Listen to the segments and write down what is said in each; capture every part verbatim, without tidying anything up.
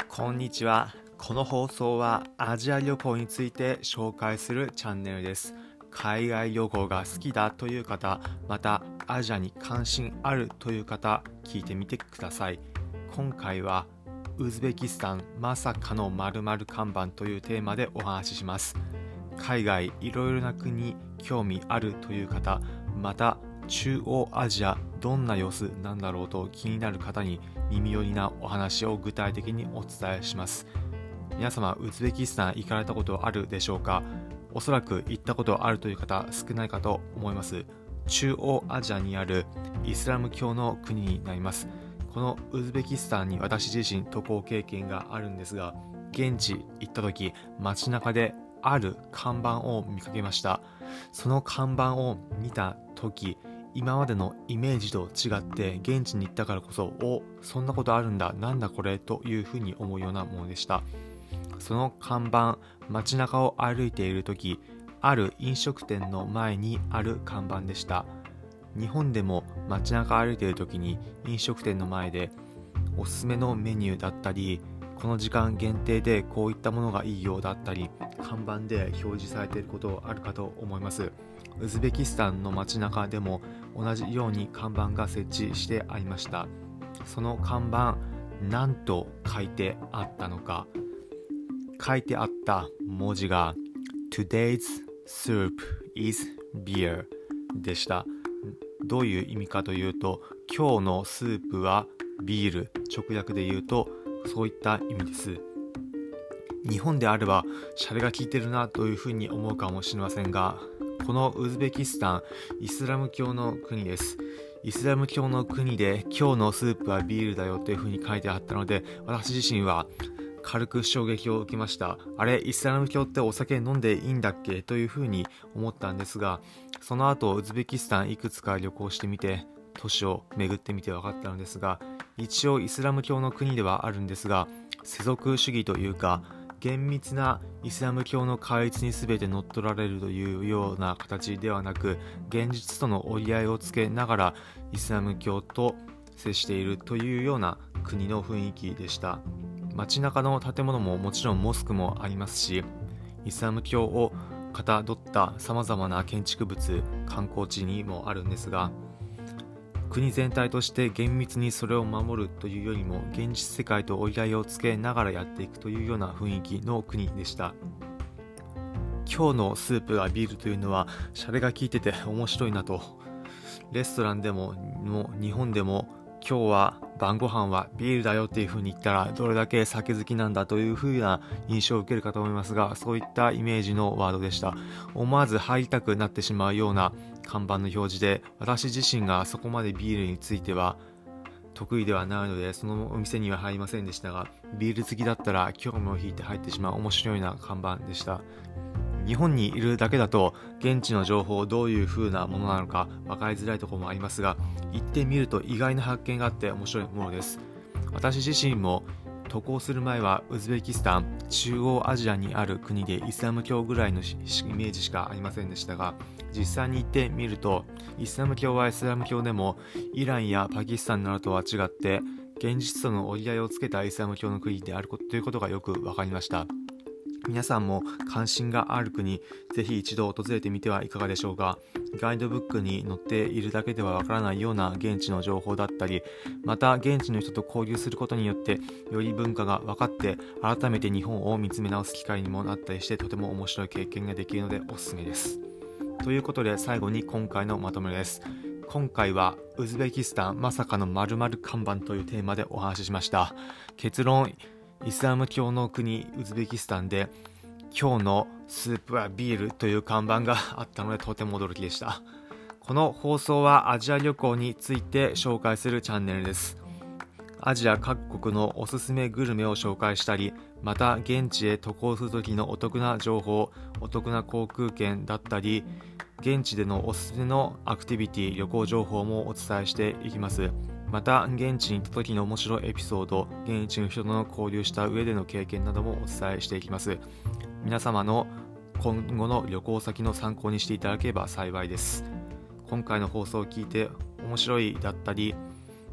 こんにちは。この放送はアジア旅行について紹介するチャンネルです。海外旅行が好きだという方、またアジアに関心あるという方、聞いてみてください。今回はウズベキスタンまさかの〇〇看板というテーマでお話しします。海外いろいろな国に興味あるという方、また中央アジアどんな様子なんだろうと気になる方に耳寄りなお話を具体的にお伝えします。皆様ウズベキスタン行かれたことあるでしょうか？おそらく行ったことあるという方少ないかと思います。中央アジアにあるイスラム教の国になります。このウズベキスタンに私自身渡航経験があるんですが、現地行った時街中である看板を見かけました。その看板を見た時、今までのイメージと違って現地に行ったからこそ、お、そんなことあるんだ、なんだこれというふうに思うようなものでした。その看板、街中を歩いている時、ある飲食店の前にある看板でした。日本でも街中歩いている時に飲食店の前でおすすめのメニューだったり、この時間限定でこういったものがいいようだったり、看板で表示されていることあるかと思います。ウズベキスタンの街中でも同じように看板が設置してありました。その看板、何と書いてあったのか。書いてあった文字が Today's soup is beer でした。どういう意味かというと、今日のスープはビール、直訳で言うとそういった意味です。日本であればシャレが効いてるなというふうに思うかもしれませんが、このウズベキスタン、イスラム教の国です。イスラム教の国で今日のスープはビールだよというふうに書いてあったので、私自身は軽く衝撃を受けました。あれ、イスラム教ってお酒飲んでいいんだっけというふうに思ったんですが、その後ウズベキスタンいくつか旅行してみて、都市を巡ってみて分かったのですが、一応イスラム教の国ではあるんですが、世俗主義というか厳密なイスラム教の戒律に全て乗っ取られるというような形ではなく、現実との折り合いをつけながらイスラム教と接しているというような国の雰囲気でした。街中の建物ももちろんモスクもありますし、イスラム教をかたどったさまざまな建築物、観光地にもあるんですが、国全体として厳密にそれを守るというよりも、現実世界と折り合いをつけながらやっていくというような雰囲気の国でした。今日のスープがビールというのはシャレが効いてて面白いなと。レストランでももう日本でも今日は晩ご飯はビールだよっていう風に言ったら、どれだけ酒好きなんだという風な印象を受けるかと思いますが、そういったイメージのワードでした。思わず入りたくなってしまうような看板の表示で、私自身がそこまでビールについては得意ではないのでそのお店には入りませんでしたが、ビール好きだったら興味を引いて入ってしまう面白いな看板でした。日本にいるだけだと現地の情報どういう風なものなのか分かりづらいところもありますが、行ってみると意外な発見があって面白いものです。私自身も渡航する前はウズベキスタン、中央アジアにある国でイスラム教ぐらいのイメージしかありませんでしたが、実際に行ってみるとイスラム教はイスラム教でもイランやパキスタンなどとは違って現実との折り合いをつけたイスラム教の国であることということがよく分かりました。皆さんも関心がある国、ぜひ一度訪れてみてはいかがでしょうか。ガイドブックに載っているだけではわからないような現地の情報だったり、また現地の人と交流することによってより文化が分かって、改めて日本を見つめ直す機会にもなったりして、とても面白い経験ができるのでおすすめです。ということで最後に今回のまとめです。今回はウズベキスタンまさかの〇〇看板というテーマでお話ししました。結論、イスラム教の国ウズベキスタンで今日のスープはビールという看板があったのでとても驚きでした。この放送はアジア旅行について紹介するチャンネルです。アジア各国のおすすめグルメを紹介したり、また現地へ渡航する時のお得な情報、お得な航空券だったり、現地でのおすすめのアクティビティ、旅行情報もお伝えしていきます。また現地に行った時の面白いエピソード、現地の人との交流した上での経験などもお伝えしていきます。皆様の今後の旅行先の参考にしていただければ幸いです。今回の放送を聞いて面白いだったり、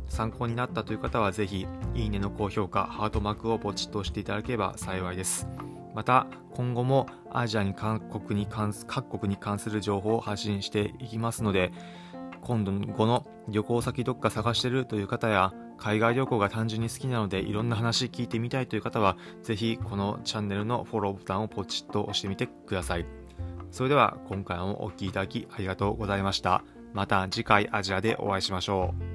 参考になったという方はぜひいいねの高評価、ハートマークをポチッと押していただければ幸いです。また今後もアジアに韓国に関す各国に関する情報を発信していきますので、今度の旅行先どっか探してるという方や、海外旅行が単純に好きなのでいろんな話聞いてみたいという方は、ぜひこのチャンネルのフォローボタンをポチッと押してみてください。それでは今回もお聞きいただきありがとうございました。また次回アジアでお会いしましょう。